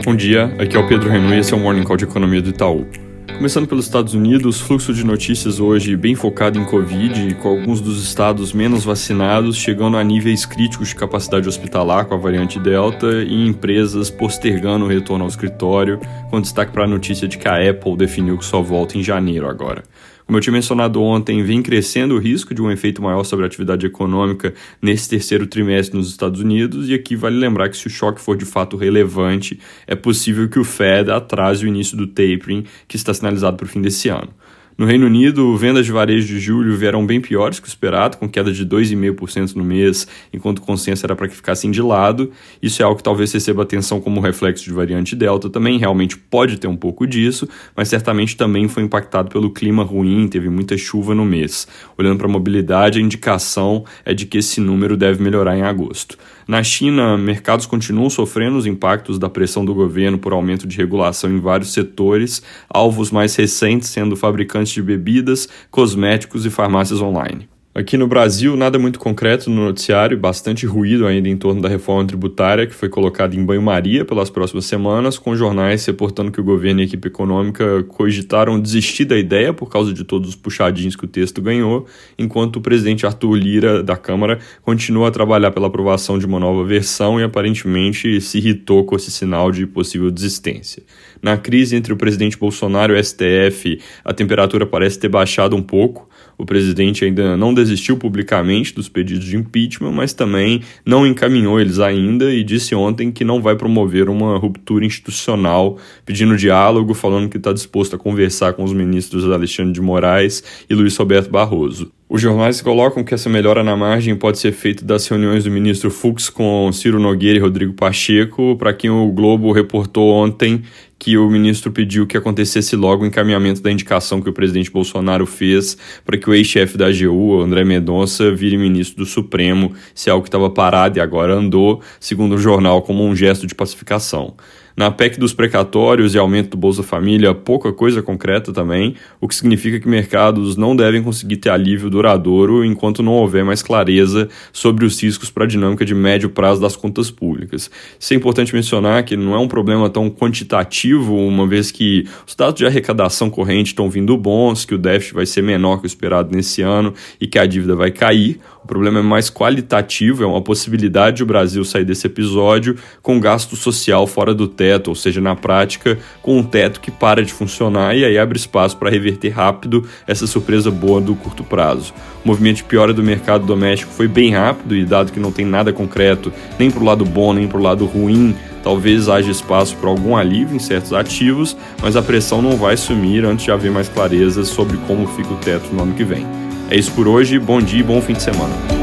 Bom dia, aqui é o Pedro Renault e esse é o Morning Call de Economia do Itaú. Começando pelos Estados Unidos, fluxo de notícias hoje bem focado em Covid, com alguns dos estados menos vacinados chegando a níveis críticos de capacidade hospitalar com a variante Delta e empresas postergando o retorno ao escritório, com destaque para a notícia de que a Apple definiu que só volta em janeiro agora. Como eu tinha mencionado ontem, vem crescendo o risco de um efeito maior sobre a atividade econômica nesse terceiro trimestre nos Estados Unidos, e aqui vale lembrar que se o choque for de fato relevante, é possível que o Fed atrase o início do tapering, que está sinalizado para o fim desse ano. No Reino Unido, vendas de varejo de julho vieram bem piores que o esperado, com queda de 2,5% no mês, enquanto o consenso era para que ficassem de lado. Isso é algo que talvez receba atenção como reflexo de variante Delta também, realmente pode ter um pouco disso, mas certamente também foi impactado pelo clima ruim, teve muita chuva no mês. Olhando para a mobilidade, a indicação é de que esse número deve melhorar em agosto. Na China, mercados continuam sofrendo os impactos da pressão do governo por aumento de regulação em vários setores, alvos mais recentes sendo fabricantes de bebidas, cosméticos e farmácias online. Aqui no Brasil, nada muito concreto no noticiário, bastante ruído ainda em torno da reforma tributária, que foi colocada em banho-maria pelas próximas semanas, com jornais reportando que o governo e a equipe econômica cogitaram desistir da ideia por causa de todos os puxadinhos que o texto ganhou, enquanto o presidente Arthur Lira, da Câmara, continua a trabalhar pela aprovação de uma nova versão e aparentemente se irritou com esse sinal de possível desistência. Na crise entre o presidente Bolsonaro e o STF, a temperatura parece ter baixado um pouco. O presidente ainda não desistiu publicamente dos pedidos de impeachment, mas também não encaminhou eles ainda e disse ontem que não vai promover uma ruptura institucional, pedindo diálogo, falando que está disposto a conversar com os ministros Alexandre de Moraes e Luiz Roberto Barroso. Os jornais colocam que essa melhora na margem pode ser feita das reuniões do ministro Fux com Ciro Nogueira e Rodrigo Pacheco, para quem o Globo reportou ontem que o ministro pediu que acontecesse logo o encaminhamento da indicação que o presidente Bolsonaro fez para que o ex-chefe da AGU, André Mendonça, vire ministro do Supremo, se é algo que estava parado e agora andou, segundo o jornal, como um gesto de pacificação. Na PEC dos precatórios e aumento do Bolsa Família, pouca coisa concreta também, o que significa que mercados não devem conseguir ter alívio duradouro enquanto não houver mais clareza sobre os riscos para a dinâmica de médio prazo das contas públicas. Isso é importante mencionar que não é um problema tão quantitativo, uma vez que os dados de arrecadação corrente estão vindo bons, que o déficit vai ser menor que o esperado nesse ano e que a dívida vai cair. O problema é mais qualitativo, é uma possibilidade de o Brasil sair desse episódio com gasto social fora do teto, ou seja, na prática, com um teto que para de funcionar e aí abre espaço para reverter rápido essa surpresa boa do curto prazo. O movimento de piora do mercado doméstico foi bem rápido e dado que não tem nada concreto, nem para o lado bom, nem para o lado ruim, talvez haja espaço para algum alívio em certos ativos, mas a pressão não vai sumir antes de haver mais clareza sobre como fica o teto no ano que vem. É isso por hoje, bom dia e bom fim de semana.